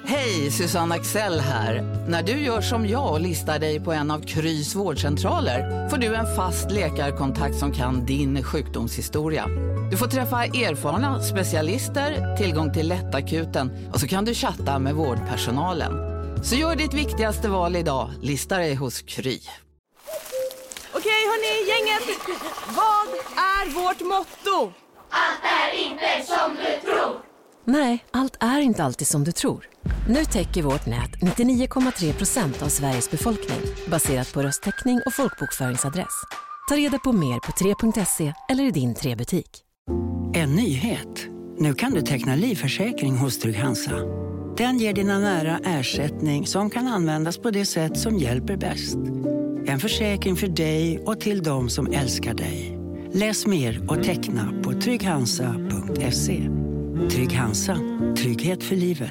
Hej, Susanne Axel här. När du gör som jag och listar dig på en av Krys vårdcentraler får du en fast läkarkontakt som kan din sjukdomshistoria. Du får träffa erfarna specialister, tillgång till lättakuten och så kan du chatta med vårdpersonalen. Så gör ditt viktigaste val idag, lista dig hos Kry. Okej hörni, gänget. Vad är vårt motto? Allt är inte som du tror. Nej, allt är inte alltid som du tror. Nu täcker vårt nät 99,3% av Sveriges befolkning baserat på röstteckning och folkbokföringsadress. Ta reda på mer på 3.se eller i din 3-butik. En nyhet. Nu kan du teckna livförsäkring hos Trygg-Hansa. Den ger dina nära ersättning som kan användas på det sätt som hjälper bäst. En försäkring för dig och till de som älskar dig. Läs mer och teckna på trygghansa.se. Trygg-Hansa. Trygghet för livet.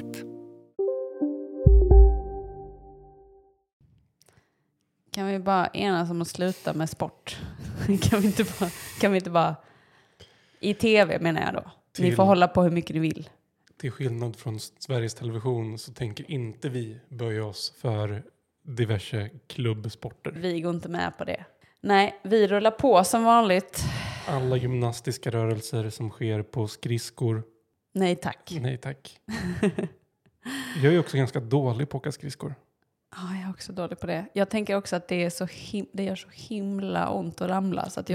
Kan vi bara enas om att sluta med sport? Kan vi inte bara i tv menar jag då. Ni får hålla på hur mycket ni vill. Till skillnad från Sveriges Television så tänker inte vi böja oss för diverse klubbsporter. Vi går inte med på det. Nej, vi rullar på som vanligt. Alla gymnastiska rörelser som sker på skridskor. Nej tack. Nej tack. Jag är också ganska dålig på att åka skridskor. Ja, jag är också dålig på det. Jag tänker också att det gör så himla ont att ramla. Så att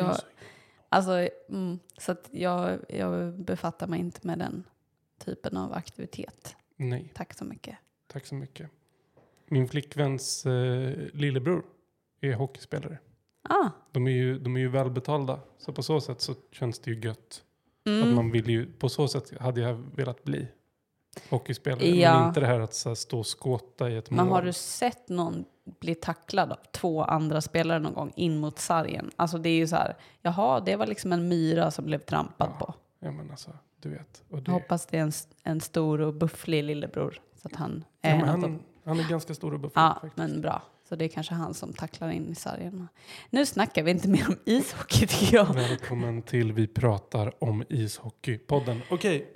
jag befattar mig inte med den typen av aktivitet. Nej. Tack så mycket. Tack så mycket. Min flickväns lillebror är hockeyspelare. De är ju välbetalda. Så på så sätt så känns det ju gött. Att man vill ju, på så sätt hade jag velat bli hockeyspelare. Ja. Men inte det här att så här, stå och skåta i ett mål. Men har du sett någon bli tacklad av 2 andra spelare någon gång in mot sargen? Alltså det är ju så här, jaha, det var liksom en myra som blev trampad på. Ja men alltså, du vet. Och det... Jag hoppas det är en stor och bufflig lillebror. Så att han är han är ganska stor och bufflig faktiskt. Men bra. Så det är kanske han som tacklar in i sargen. Nu snackar vi inte mer om ishockey tycker jag. Välkommen till Vi pratar om ishockey-podden. Okej,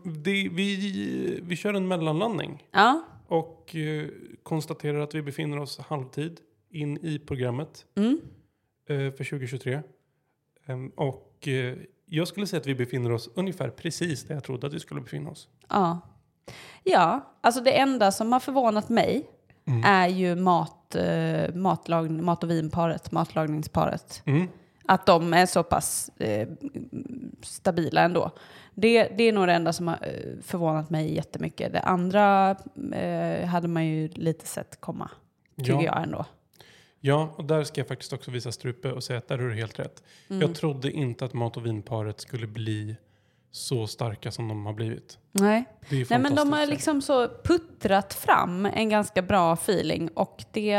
vi kör en mellanlandning. Ja. Och konstaterar att vi befinner oss halvtid in i programmet för 2023. Och jag skulle säga att vi befinner oss ungefär precis där jag trodde att vi skulle befinna oss. Ja, alltså det enda som har förvånat mig är ju mat och vinparet, matlagningsparet. Att de är så pass stabila ändå. Det är nog det enda som har förvånat mig jättemycket. Det andra hade man ju lite sett komma, tycker jag ändå. Ja, och där ska jag faktiskt också visa strupe och säga att där är du helt rätt. Jag trodde inte att mat och vinparet skulle bli så starka som de har blivit. Nej, men de har liksom så puttrat fram en ganska bra feeling och det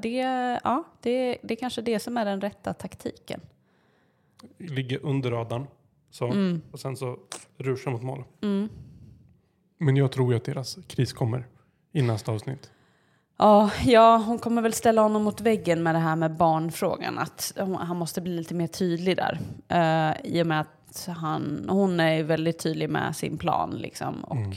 är kanske det som är den rätta taktiken. Ligger under radarn så, och sen så rusar mot mål. Men jag tror ju att deras kris kommer i nästa avsnitt. Ja, hon kommer väl ställa honom mot väggen med det här med barnfrågan. Att han måste bli lite mer tydlig där. I och med att hon är väldigt tydlig med sin plan liksom. Och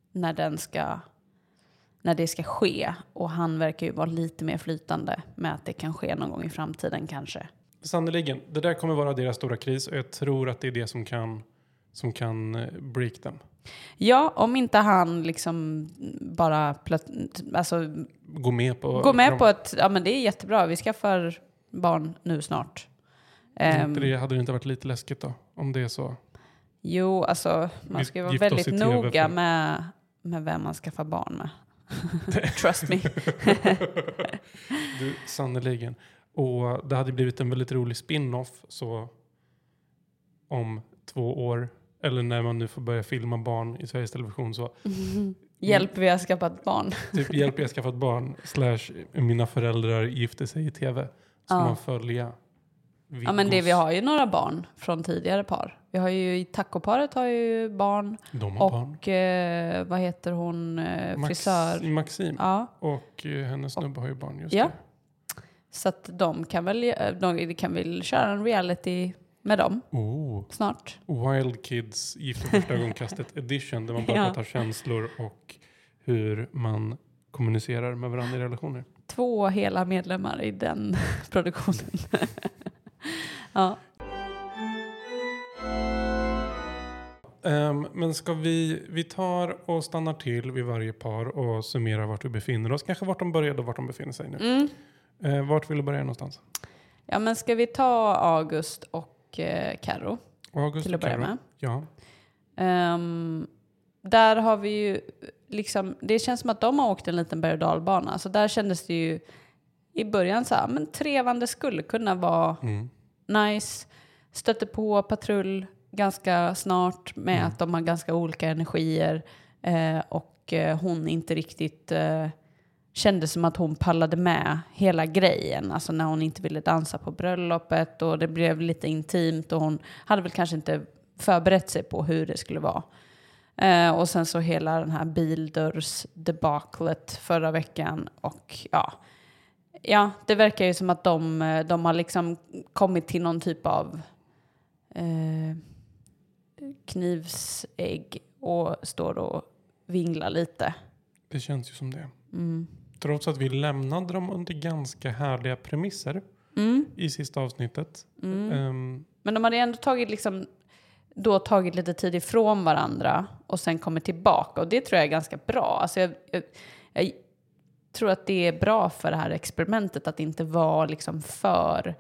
när det ska ske. Och han verkar ju vara lite mer flytande med att det kan ske någon gång i framtiden kanske. Sannoliken. Det där kommer vara deras stora kris. Och jag tror att det är det som kan break dem. Ja, om inte han liksom bara gå med på att ja men det är jättebra, vi skaffar barn nu snart. Hade det inte varit lite läskigt då om det är så? Jo, alltså man ska ju vara väldigt noga med vem man skaffar barn med. Trust me. Sannoliken. Och det hade blivit en väldigt rolig spin-off så om 2 år. Eller när man nu får börja filma barn i Sveriges Television så... Hjälp, vi har skaffat barn. Typ hjälp, vi har skaffat barn. / mina föräldrar gifte sig i tv. Så man följa. Ja, men vi har ju några barn från tidigare par. Vi har ju i tacoparet har ju barn. De har barn. Vad heter hon? Frisör. Maxim. Ja. Och hennes snubbe har ju barn just det. Så att de kan väl köra en reality med dem snart. Wild Kids gifta första ögonkastet edition där man bara tar känslor och hur man kommunicerar med varandra i relationer. 2 hela medlemmar i den produktionen. Ja. Men ska vi tar och stannar till vid varje par och summerar vart vi befinner oss. Kanske vart de började och vart de befinner sig nu. Vart vill du börja någonstans? Ja, men ska vi ta August och Karo till att börja med? Ja. Där har vi ju liksom, det känns som att de har åkt en liten berg- och dalbana. Så där kändes det ju i början så här, men trevande skulle kunna vara nice. Stötte på patrull ganska snart med att de har ganska olika energier. Och hon inte riktigt kände som att hon pallade med hela grejen. Alltså när hon inte ville dansa på bröllopet och det blev lite intimt och hon hade väl kanske inte förberett sig på hur det skulle vara. Och sen så hela den här bildörrsdebaklet förra veckan. Och ja, det verkar ju som att de har liksom kommit till någon typ av knivsägg och står och vinglar lite. Det känns ju som det. Trots att vi lämnade dem under ganska härliga premisser i sista avsnittet. Men de hade ändå tagit lite tid ifrån varandra och sen kommit tillbaka. Och det tror jag är ganska bra. Alltså jag tror att det är bra för det här experimentet att inte vara liksom för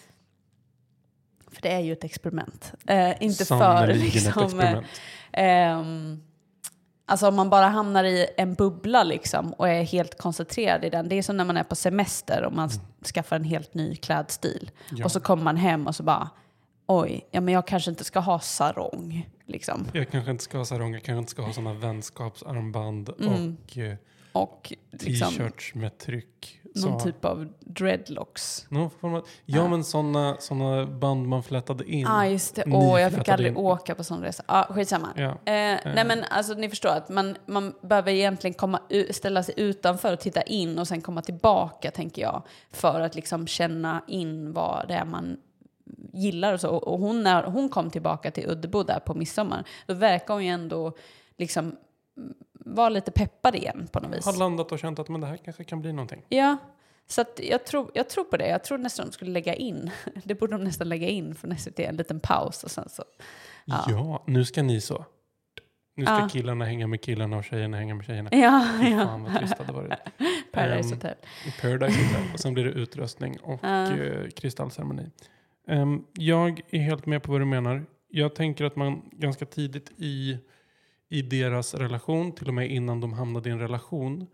det är ju ett experiment. Inte för liksom, ett experiment. Alltså om man bara hamnar i en bubbla liksom och är helt koncentrerad i den. Det är som när man är på semester och man skaffar en helt ny klädstil. Ja. Och så kommer man hem och så bara, oj, men jag kanske inte ska ha sarong. Liksom. Jag kanske inte ska ha sarong, jag kanske inte ska ha sådana vänskapsarmband och liksom, t-shirts med tryck. Någon typ av dreadlocks. Men sådana band man flättade in. Just det. Jag fick aldrig åka på sån resa. Skitsamma. Ja. Nej men alltså ni förstår att man behöver egentligen ställa sig utanför och titta in och sen komma tillbaka, tänker jag. För att liksom känna in vad det är man gillar och så. Och när hon kom tillbaka till Uddebo där på midsommar, då verkar hon ju ändå liksom var lite peppad igen på något vis. Har landat och känt att men det här kanske kan bli någonting. Ja, så att jag tror på det. Jag tror nästan de skulle lägga in. Det borde de nästan lägga in för nästan en liten paus och sen så. Ja, nu ska ni så. Nu ska killarna hänga med killarna och tjejerna hänga med tjejerna. Ja. Fan vad trist det hade varit. Paradise Hotel. Paradise Hotel. Och sen blir det utröstning och kristallceremoni. Jag är helt med på vad du menar. Jag tänker att man ganska tidigt i deras relation, till och med innan de hamnade i en relation,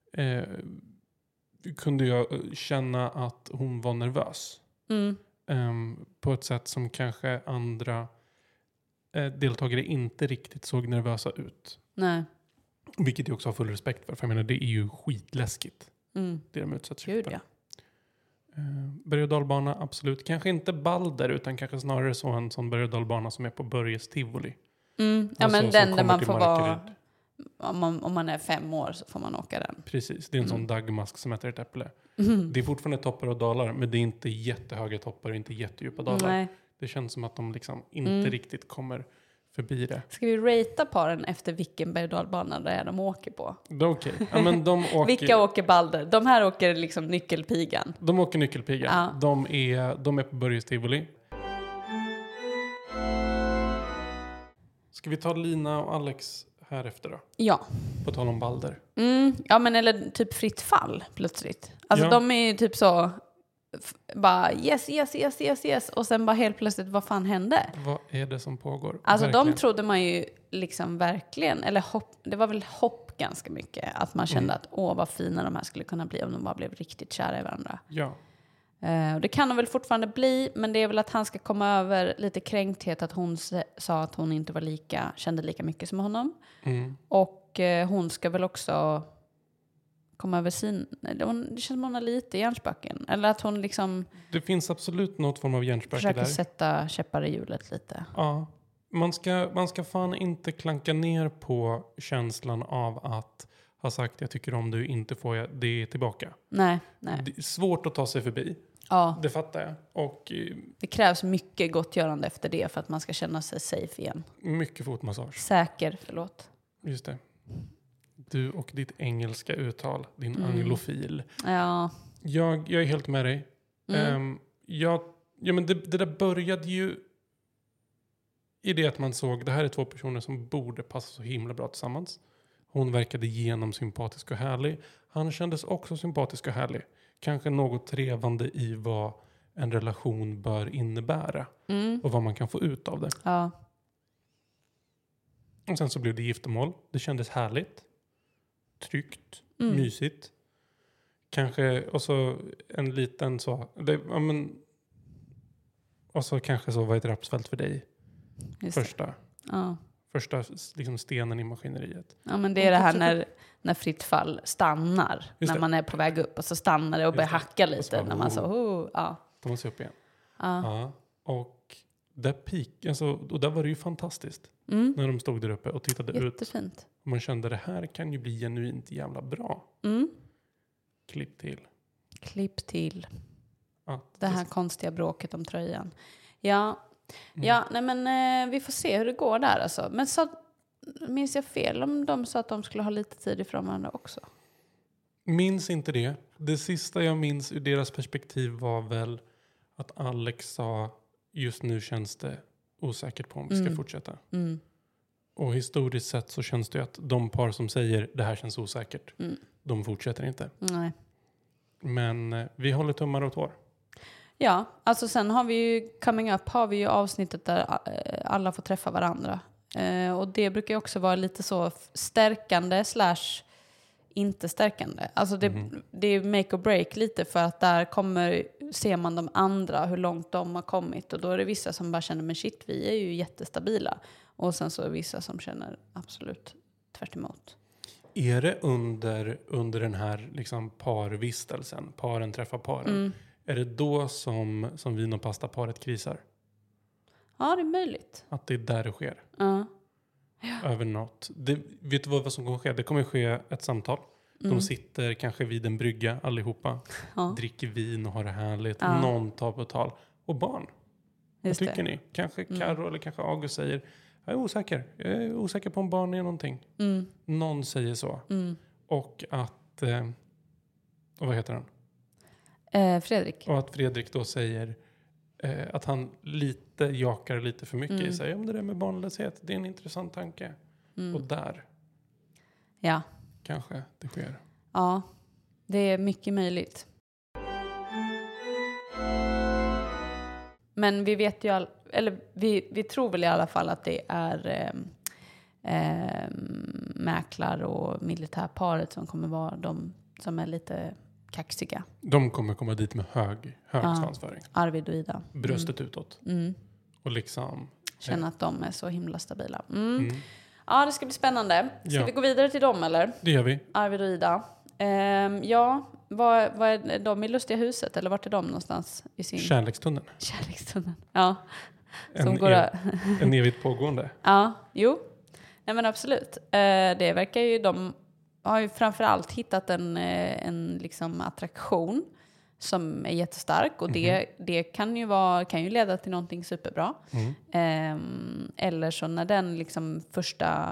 kunde jag känna att hon var nervös. På ett sätt som kanske andra deltagare inte riktigt såg nervösa ut. Nej. Vilket jag också har full respekt för. För jag menar, det är ju skitläskigt. Det de utsätts för. Ja. Berg- och dalbana, absolut. Kanske inte Balder, utan kanske snarare så en sån berg- och dalbana som är på Börjes Tivoli. Ja, men den där man får vara, om man är 5 år så får man åka den. Precis, det är en sån dagmask som äter ett äpple. Det är fortfarande toppar och dalar, men det är inte jättehöga toppar och inte jättedjupa dalar. Nej. Det känns som att de liksom inte riktigt kommer förbi det. Ska vi ratea paren efter vilken berg- och dalbana det är de åker på? Okej. Ja, men de åker... Vilka åker Balder? De här åker liksom Nyckelpigan. De åker Nyckelpigan. Ja. De är på Börjes Tivoli. Ska vi ta Lina och Alex här efter då? Ja. På tal om Balder. Ja, men eller typ fritt fall plötsligt. Alltså de är ju typ så bara yes. Och sen bara helt plötsligt, vad fan hände? Vad är det som pågår? Alltså de trodde man ju liksom verkligen, eller det var väl hopp ganska mycket. Att man kände att vad fina de här skulle kunna bli om de bara blev riktigt kära i varandra. Ja. Det kan de väl fortfarande bli, men det är väl att han ska komma över lite kränkthet att hon sa att hon inte var kände lika mycket som honom. Och hon ska väl också komma över det känns som hon har lite hjärnspöken. Eller att hon liksom... Det finns absolut något form av hjärnspöke där. Försöker sätta käppar i hjulet lite. Ja. Man ska fan inte klanka ner på känslan av att ha sagt jag tycker om du, inte får jag det tillbaka. Nej. Det är svårt att ta sig förbi. Ja. Det fattar jag. Och det krävs mycket gottgörande efter det för att man ska känna sig safe igen. Mycket fotmassage. Säker, förlåt. Just det. Du och ditt engelska uttal. Din anglofil. Ja. Jag är helt med dig. Men det där började ju i det att man såg, det här är 2 personer som borde passa så himla bra tillsammans. Hon verkade genomsympatisk och härlig. Han kändes också sympatisk och härlig. Kanske något trevande i vad en relation bör innebära. Och vad man kan få ut av det. Ja. Och sen så blev det giftermål. Det kändes härligt. Tryggt. Mysigt. Kanske, och så en liten så. Och så kanske så var ett rapsfält för dig. Första liksom stenen i maskineriet. Ja, men det är det här när fritt fall stannar. När man är på väg upp och så stannar det och börjar hacka lite. När man så, Då måste jag upp igen. Ja. Och där var det ju fantastiskt. När de stod där uppe och tittade ut. Jättefint. Och man kände det här kan ju bli genuint jävla bra. Klipp till. Det här konstiga bråket om tröjan. Ja, nej men vi får se hur det går där alltså. Men så minns jag fel om de sa att de skulle ha lite tid ifrån varandra också? Minns inte det. Det sista jag minns ur deras perspektiv var väl att Alex sa just nu känns det osäkert på om vi ska fortsätta. Och historiskt sett så känns det att de par som säger det här känns osäkert, de fortsätter inte. Nej. Men vi håller tummar och tår. Ja, alltså sen har vi ju Coming Up har vi ju avsnittet där alla får träffa varandra. Och det brukar ju också vara lite så stärkande / inte stärkande. Alltså det är make or break lite för att där ser man de andra hur långt de har kommit. Och då är det vissa som bara känner men shit, vi är ju jättestabila. Och sen så är det vissa som känner absolut tvärt emot. Är det under den här liksom parvistelsen, paren träffar paren, är det då som vin- och pastaparet krisar? Ja, det är möjligt. Att det är där det sker? Ja. Över något. Vet du vad som kommer ske? Det kommer ske ett samtal. De sitter kanske vid en brygga allihopa. Dricker vin och har det härligt. Någon tar på tal. Och barn. Vad tycker ni? Kanske Karo eller kanske August säger jag är osäker på om barn är någonting. Någon säger så. Och att vad heter han? Fredrik. Och att Fredrik då säger att han jakar lite för mycket i sig. Om det där med barnlöshet, det är en intressant tanke. Och där kanske det sker. Ja, det är mycket möjligt. Men vi vet ju vi tror väl i alla fall att det är mäklar och militärparet som kommer vara de som är lite kaxiga. De kommer komma dit med hög svansföring. Arvid och Ida. Bröstet utåt. Och liksom känna att de är så himla stabila. Ja, det ska bli spännande. Ska vi gå vidare till dem eller? Det gör vi. Arvid och Ida. Vad är de i Lustiga huset? Eller vart är de någonstans i sin... Kärlekstunneln. Ja. En evigt pågående. Ja, jo. Nej men absolut. Det verkar ju, de har ju framförallt hittat en liksom attraktion som är jättestark. Och det kan ju leda till någonting superbra. Eller så när den liksom första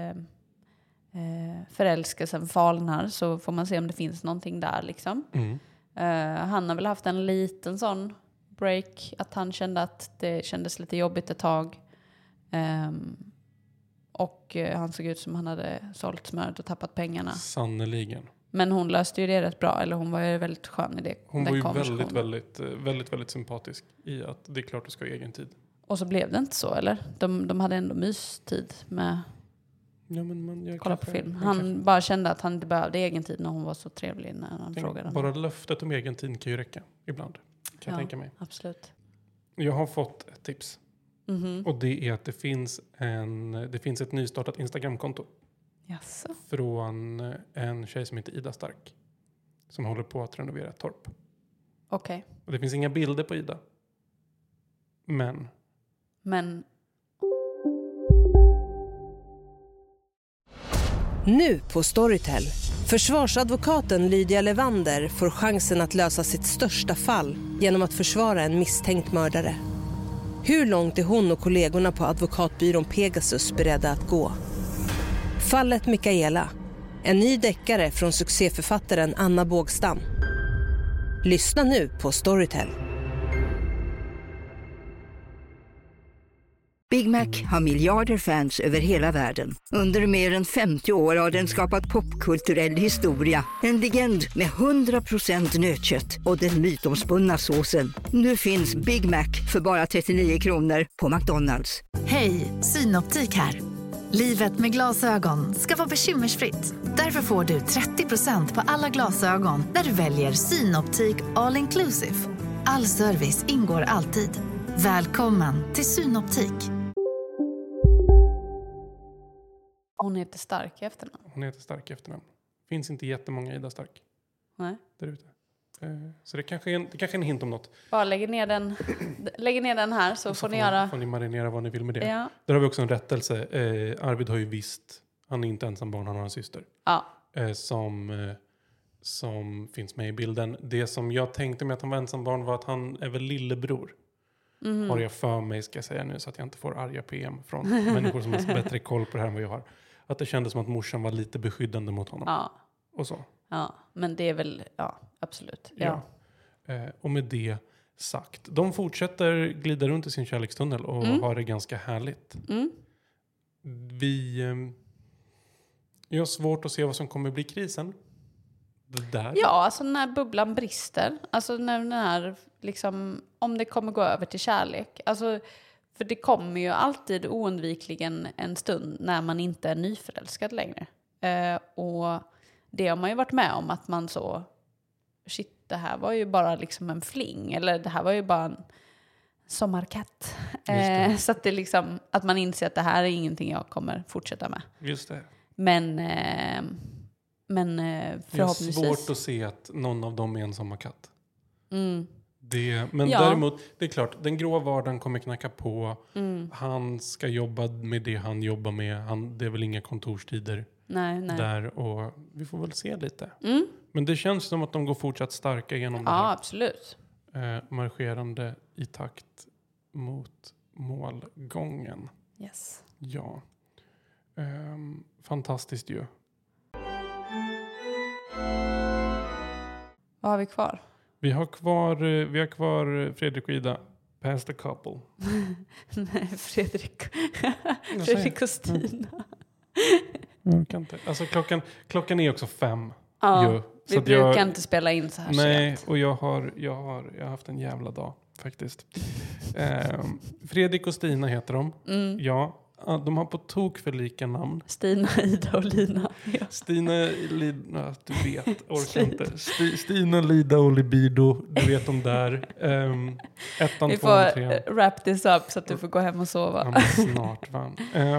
förälskelsen falnar så får man se om det finns någonting där liksom. Han har väl haft en liten sån break att han kände att det kändes lite jobbigt ett tag. Och han såg ut som han hade sålt smöret och tappat pengarna. Sannoliken. Men hon löste ju det rätt bra. Eller hon var ju väldigt skön i det. Hon var ju väldigt sympatisk i att det är klart du ska ha egen tid. Och så blev det inte så, eller? De hade ändå mystid med kolla på film. Han bara kände att han inte behövde egen tid när hon var så trevlig när han frågade. Bara löftet om egen tid kan ju räcka ibland. Kan jag tänka mig. Absolut. Jag har fått ett tips. Och det är att det finns ett nystartat Instagramkonto. Jaså. Från en tjej som heter Ida Stark. Som håller på att renovera ett torp. Okej. Och det finns inga bilder på Ida. Men. Nu på Storytel. Försvarsadvokaten Lydia Levander får chansen att lösa sitt största fall genom att försvara en misstänkt mördare. Hur långt är hon och kollegorna på advokatbyrån Pegasus beredda att gå? Fallet Mikaela. En ny deckare från succéförfattaren Anna Bågstam. Lyssna nu på Storytel. Big Mac har miljarder fans över hela världen. Under mer än 50 år har den skapat popkulturell historia. En legend med 100% nötkött och den mytomspunna såsen. Nu finns Big Mac för bara 39 kronor på McDonald's. Hej, Synoptik här. Livet med glasögon ska vara bekymmersfritt. Därför får du 30% på alla glasögon när du väljer Synoptik All Inclusive. All service ingår alltid. Välkommen till Synoptik. Hon heter Stark i efternamn. Hon heter Stark i efternamn. Finns inte jättemånga Ida Stark. Nej. Där ute. Så det kanske är en hint om något. Bara lägger ner den här så får ni göra... Får ni marinera vad ni vill med det. Ja. Där har vi också en rättelse. Arvid har ju visst... Han är inte ensam barn, han har en syster. Ja. Som finns med i bilden. Det som jag tänkte med att han var ensam barn var att han är väl lillebror. Har jag för mig, ska jag säga nu, så att jag inte får arga PM från människor som har bättre koll på det här än vad jag har. Att det kändes som att morsan var lite beskyddande mot honom. Ja. Och så. Ja, men det är väl, absolut. Ja. Och med det sagt, de fortsätter glida runt i sin kärlekstunnel och har det ganska härligt. Jag har svårt att se vad som kommer bli krisen. Det där. Ja, alltså när bubblan brister. Alltså när den här, liksom, om det kommer gå över till kärlek. Alltså, för det kommer ju alltid oundvikligen en stund när man inte är nyförälskad längre. Och det har man ju varit med om, att man så... Shit, det här var ju bara liksom en fling. Eller det här var ju bara en sommarkatt. Så att det liksom, att man inser att det här är ingenting jag kommer fortsätta med. Just det. Men förhoppningsvis... Det är svårt att se att någon av dem är en sommarkatt. Men Ja. däremot, det är klart, den grå vardagen kommer knacka på. Han ska jobba med det han jobbar med. Det är väl inga kontorstider Nej. där. Och vi får väl se lite. Men det känns som att de går fortsatt starka genom det här. Ja, absolut. Marscherande i takt mot målgången. Yes. Ja. Fantastiskt ju. Vad har vi kvar? Vi har kvar Fredrik och Ida. Past the couple. Nej, Fredrik och Stina. Jag kan inte. Alltså klockan är också 5. Ja, ju, vi brukar inte spela in så här nej, sent. och jag har haft en jävla dag faktiskt. Fredrik och Stina heter de. Ja, de har på tok för lika namn. Stina, Ida och Lina. Ja. Stina, Lina, du vet, orkar inte. Stina, Lida och Libido, du vet de där. 1, 2, 3. Vi får wrap this up så att du får gå hem och sova. Ja, snart va.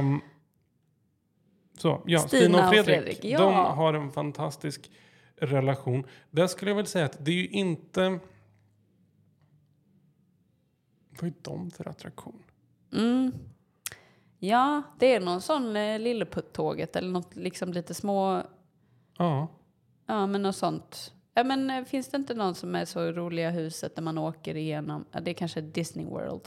Så, ja, Stina och Fredrik. Ja. De har en fantastisk relation. Där skulle jag väl säga att det är ju inte... Vad är de för attraktion? Ja, det är någon sån Lilleputt-tåget eller något liksom lite små... Ja. Ja, men något sånt. Ja, men finns det inte någon som är så roliga huset där man åker igenom? Ja, det är kanske Disney World.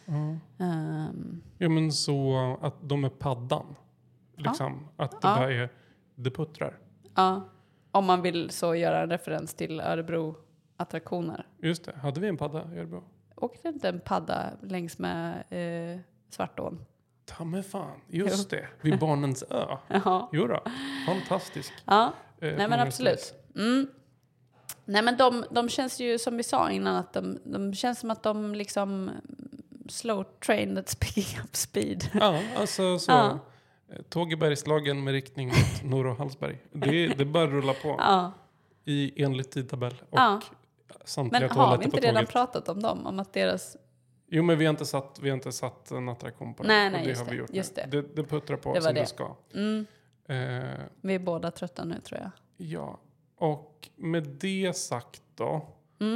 Ja, men så att de är paddan. Liksom. Att det bara är... Det puttrar. Ja, om man vill så göra en referens till Örebro-attraktioner. Just det. Hade vi en padda i Örebro? Åkte inte en padda längs med Svartån? Ta mig fan. Just det. Vid Barnens ö. Ja. Jo då. Fantastisk. Ja. Nej, men absolut. Nej, men de känns ju som vi sa innan att de känns som att de liksom slow train that's picking up speed. Ja, alltså så. Ja. Tåg i Bergslagen med riktning mot Norr och Hallsberg. Det bara rulla på. Ja. I enligt tidtabell. Och samtliga men har vi inte redan pratat om dem? Om att deras... Jo, men vi har inte satt en attraktion på det. Nej, det just har vi gjort. Just det. Det puttrar på det som det ska. Vi är båda trötta nu, tror jag. Ja, och med det sagt då.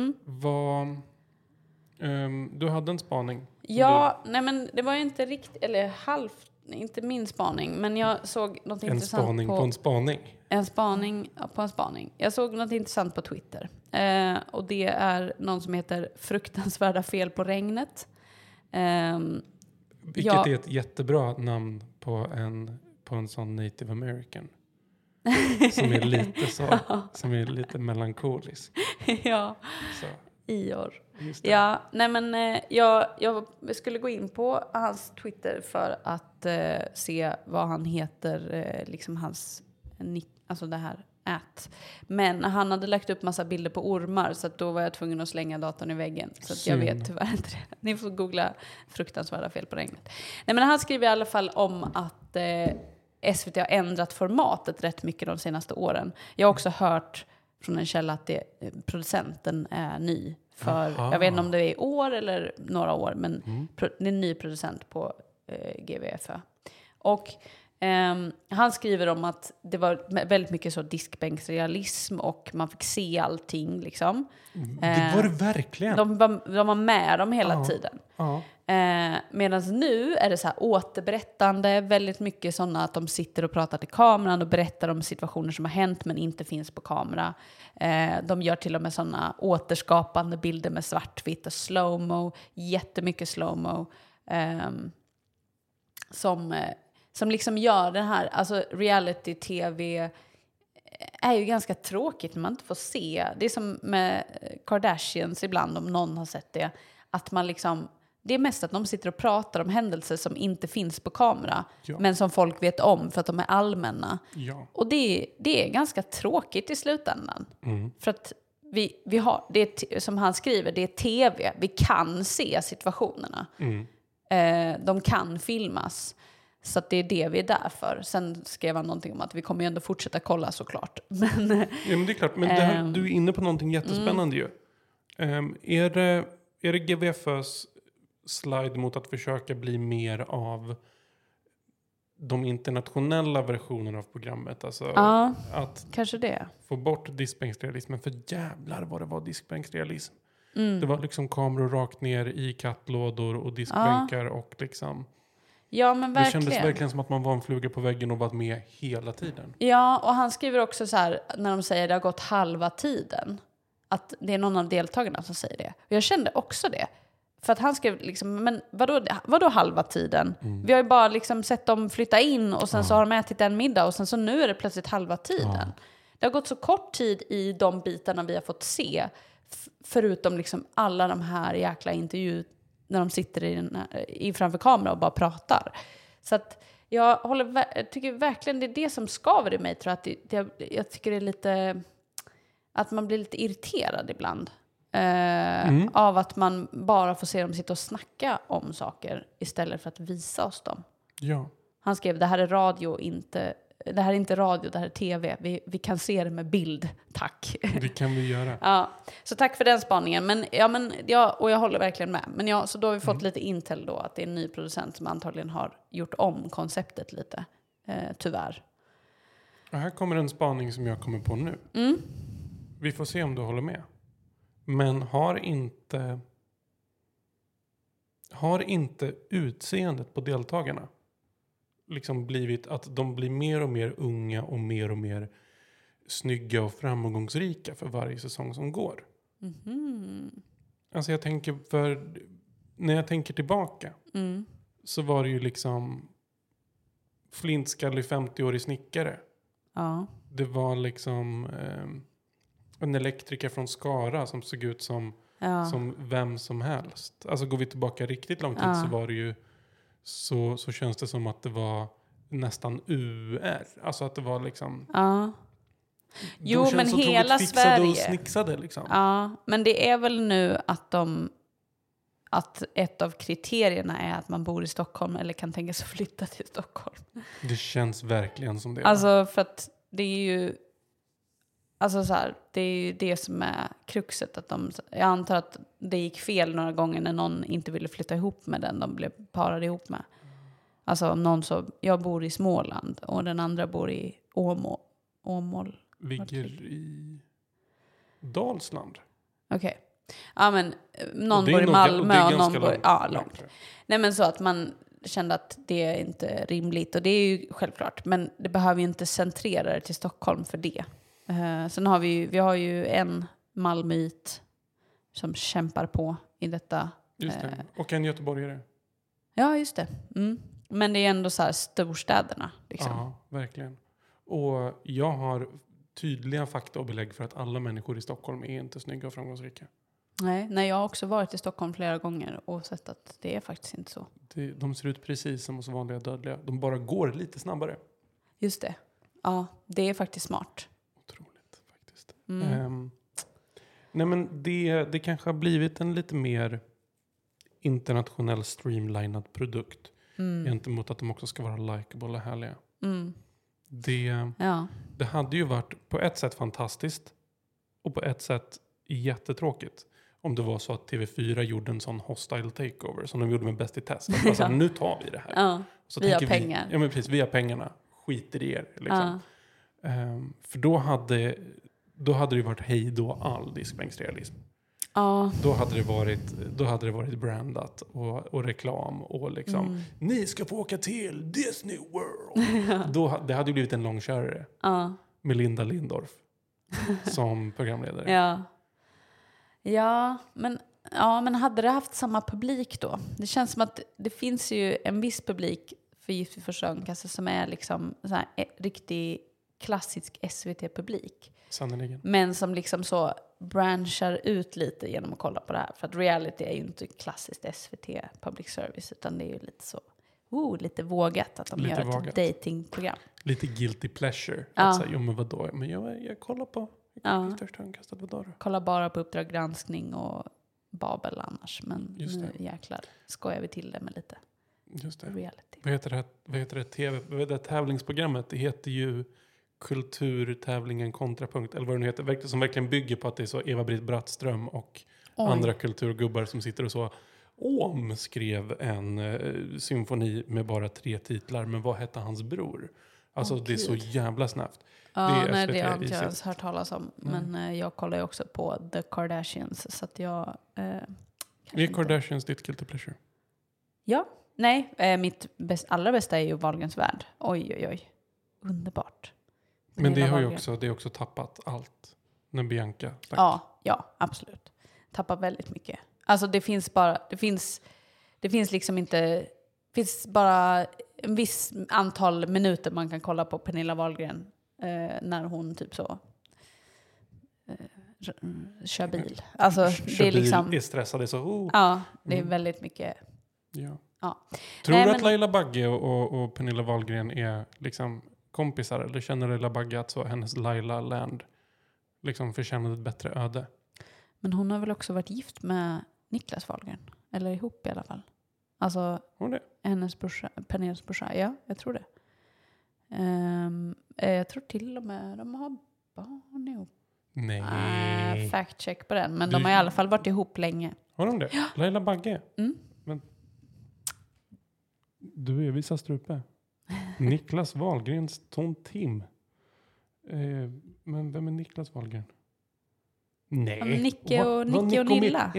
Du hade en spaning. Ja, nej men det var ju inte riktigt, eller halvt, inte min spaning, men jag såg något intressant spaning på en spaning. En spaning på en spaning. Jag såg något intressant på Twitter. Och det är någon som heter Fruktansvärda fel på regnet. Vilket är ett jättebra namn på en sån native american. som är lite så, som är lite melankolisk. Ja, så. Ior. Ja, nej men jag skulle gå in på hans Twitter för att se vad han heter, liksom hans, alltså det här Men han hade lagt upp massa bilder på ormar, så att då var jag tvungen att slänga datorn i väggen. Så att jag vet tyvärr inte det. Ni får googla fruktansvärda fel på regnet. Nej, men han skriver i alla fall om att SVT har ändrat formatet rätt mycket de senaste åren. Jag har också hört från en källa att producenten är ny. Jag vet inte om det är i år eller några år, men det är en ny producent på GVFÖ. Och han skriver om att det var väldigt mycket så diskbänksrealism och man fick se allting liksom. Det var det verkligen. De var med dem hela tiden. Medan nu är det så här återberättande, väldigt mycket sådana att de sitter och pratar till kameran och berättar om situationer som har hänt men inte finns på kamera. De gör till och med sådana återskapande bilder med svartvitt och slowmo, jättemycket slowmo. Som liksom gör den här, alltså reality-tv är ju ganska tråkigt när man inte får se. Det är som med Kardashians ibland, om någon har sett det. Att man liksom, det är mest att de sitter och pratar om händelser som inte finns på kamera. Ja. Men som folk vet om för att de är allmänna. Ja. Och det är ganska tråkigt i slutändan. För att vi har, det som han skriver, det är tv. Vi kan se situationerna. De kan filmas. Så att det är det vi är där för. Sen skrev han någonting om att vi kommer ju ändå fortsätta kolla såklart. Ja, men det är klart. Men det här, du är inne på någonting jättespännande ju. Är det GVFÖs slide mot att försöka bli mer av de internationella versionerna av programmet? Alltså att kanske det. Få bort diskbänksrealismen. För jävlar vad det var diskbänksrealism. Det var liksom kameror rakt ner i kattlådor och diskbänkar och liksom... Ja, men verkligen. Det kändes verkligen som att man var en fluga på väggen och var med hela tiden. Ja, och han skriver också så här, när de säger att det har gått halva tiden, att det är någon av deltagarna som säger det. Och jag kände också det. För att han skrev liksom, men vadå halva tiden? Vi har ju bara liksom sett dem flytta in och sen så har de ätit en middag och sen så nu är det plötsligt halva tiden. Det har gått så kort tid i de bitarna vi har fått se, förutom liksom alla de här jäkla intervjuer när de sitter framför kamera och bara pratar. Så att jag tycker verkligen det är det som skaver i mig, tror jag. Att jag tycker det är lite... Att man blir lite irriterad ibland. Av att man bara får se dem sitta och snacka om saker istället för att visa oss dem. Ja. Han skrev, det här är radio, det här är inte radio, det här är tv. Vi kan se det med bild, tack. Det kan vi göra. Ja, så tack för den spaningen. Och jag håller verkligen med. Så då har vi fått lite intel då, att det är en ny producent som antagligen har gjort om konceptet lite. Tyvärr. Och här kommer en spaning som jag kommer på nu. Vi får se om du håller med. Men har inte utseendet på deltagarna liksom blivit att de blir mer och mer unga och mer snygga och framgångsrika för varje säsong som går? Alltså när jag tänker tillbaka så var det ju liksom flintskallig 50-årig snickare. Ja. Det var liksom en elektriker från Skara som såg ut som vem som helst. Alltså går vi tillbaka riktigt långt tid så var det ju så känns det som att det var nästan UR. Alltså att det var liksom... Ja. Jo, men hela Sverige... och snixade liksom. Ja, men det är väl nu att ett av kriterierna är att man bor i Stockholm eller kan tänka sig flytta till Stockholm. Det känns verkligen som det. Alltså för att det är ju... Alltså så här, det är ju det som är kruxet. Jag antar att det gick fel några gånger när någon inte ville flytta ihop med den de blev parade ihop med. Alltså om någon så, jag bor i Småland och den andra bor i Åmål. Ligger i Dalsland. Okej. Ja, men någon bor i Malmö och någon bor långt. Nej, men så att man kände att det är inte rimligt. Och det är ju självklart. Men det behöver ju inte centrera det till Stockholm för det. Sen har vi har ju en malmöit som kämpar på i detta. Just det. Och en göteborgare. Ja, just det. Men det är ändå så här storstäderna. Liksom. Ja, verkligen. Och jag har tydliga fakta och belägg för att alla människor i Stockholm är inte snygga och framgångsrika. Nej, jag har också varit i Stockholm flera gånger och sett att det är faktiskt inte så. De ser ut precis som hos vanliga dödliga. De bara går lite snabbare. Just det. Ja, det är faktiskt smart. Otroligt faktiskt. Nej, men det kanske har blivit en lite mer internationell streamlinad produkt. Gentemot att de också ska vara likeable och härliga. Det hade ju varit på ett sätt fantastiskt och på ett sätt jättetråkigt om det var så att TV4 gjorde en sån hostile takeover som de gjorde med Bäst i test. Alltså, nu tar vi det här. Ja, så vi har pengar. Ja, men precis, vi har pengarna. Skiter i er. Liksom. För då hade det varit hej då all diskbänksrealism. Då hade det varit brandat och reklam och liksom ni ska få åka till Disney World. Det hade ju blivit en långkörare med Linda Lindorff som programledare. Men hade det haft samma publik då? Det känns som att det finns ju en viss publik för Gift vid första ögonkastet som är liksom så här riktig klassisk SVT-publik. Sannoliken. Men som liksom så branchar ut lite genom att kolla på det här. För att reality är ju inte klassiskt SVT public service, utan det är ju lite så lite vågat att de gör ett datingprogram. Lite guilty pleasure. Att säga, men vadå? Men jag kollar på första ögonkastet, vadå då? Kollar bara på Uppdrag granskning och Babel annars. Men nu jäklar skojar vi till det med lite reality. Vad heter det tävlingsprogrammet? Det heter ju Kulturtävlingen kontrapunkt, eller vad det nu heter, som verkligen bygger på att det är så Eva-Britt Brattström och andra kulturgubbar som sitter och så omskrev en symfoni med bara 3 titlar, men vad hette hans bror? Alltså det är så jävla snabbt. Det har inte jag ens hört talas om, men jag kollar ju också på The Kardashians, så att jag är Kardashians ditt guilty pleasure? Ja, nej, mitt allra bästa är ju Wahlgrens värld. Oj, underbart. Men det har ju också tappat allt när Bianca stack. Ja, absolut. Tappat väldigt mycket. Alltså det finns bara en viss antal minuter man kan kolla på Pernilla Wahlgren när hon typ så kör bil. Alltså det är liksom är stressad så. Ja, det är väldigt mycket. Ja. Tror du att Laila Bagge och Pernilla Wahlgren är liksom kompisar, eller känner Laila Bagge att så hennes Laila Land liksom förtjänar ett bättre öde? Men hon har väl också varit gift med Niklas Wahlgren, eller ihop i alla fall. Alltså hennes brorsa, Pernillas brorsa. Ja, jag tror det. Jag tror till och med de har barn ihop. Nej. Fact check på den, men de har i alla fall varit ihop länge. Har de det? Ja. Laila Bagge. Men du är vissa strupe. Niklas Wahlgrens Tom Tim. Men vem är Niklas Wahlgren? Nej. Nicke och Nilla.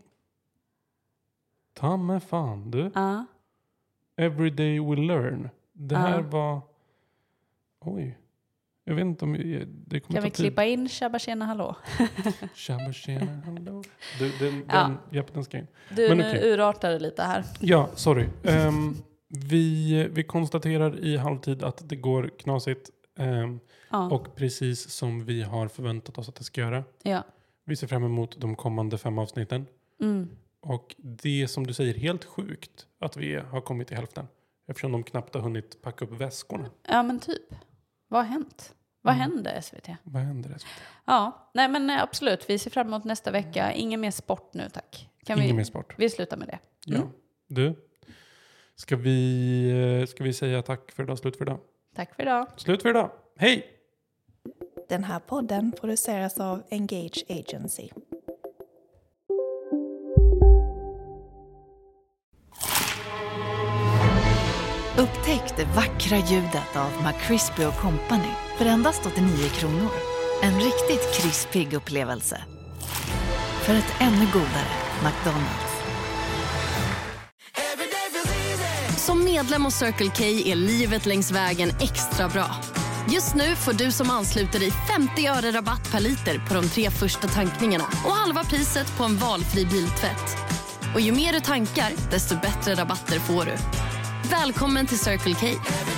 Ta mig fan, du. Every day we learn. Det här var... Oj. Jag vet inte om... Det kommer kan vi klippa in Shabba Tjena Hallå? Shabba Tjena Hallå. Den ska in. Du, nu urartar det lite här. Ja, sorry. Vi konstaterar i halvtid att det går knasigt. Och precis som vi har förväntat oss att det ska göra. Ja. Vi ser fram emot de kommande 5 avsnitten. Och det som du säger helt sjukt att vi har kommit till hälften. Eftersom de knappt har hunnit packa upp väskorna. Ja, men typ. Vad har hänt? Vad händer SVT? Ja, nej men absolut. Vi ser fram emot nästa vecka. Ingen mer sport nu, tack. Ingen mer sport. Vi slutar med det. Ja. Du, ska vi säga tack för idag? Slut för idag. Tack för idag. Slut för idag. Hej! Den här podden produceras av Engage Agency. Upptäck det vackra ljudet av McCrispy & Company för endast 89 kronor. En riktigt krispig upplevelse. För ett ännu godare McDonald's. Som medlem hos Circle K är livet längs vägen extra bra. Just nu får du som ansluter dig 50 öre rabatt per liter på de 3 första tankningarna och halva priset på en valfri biltvätt. Och ju mer du tankar, desto bättre rabatter får du. Välkommen till Circle K.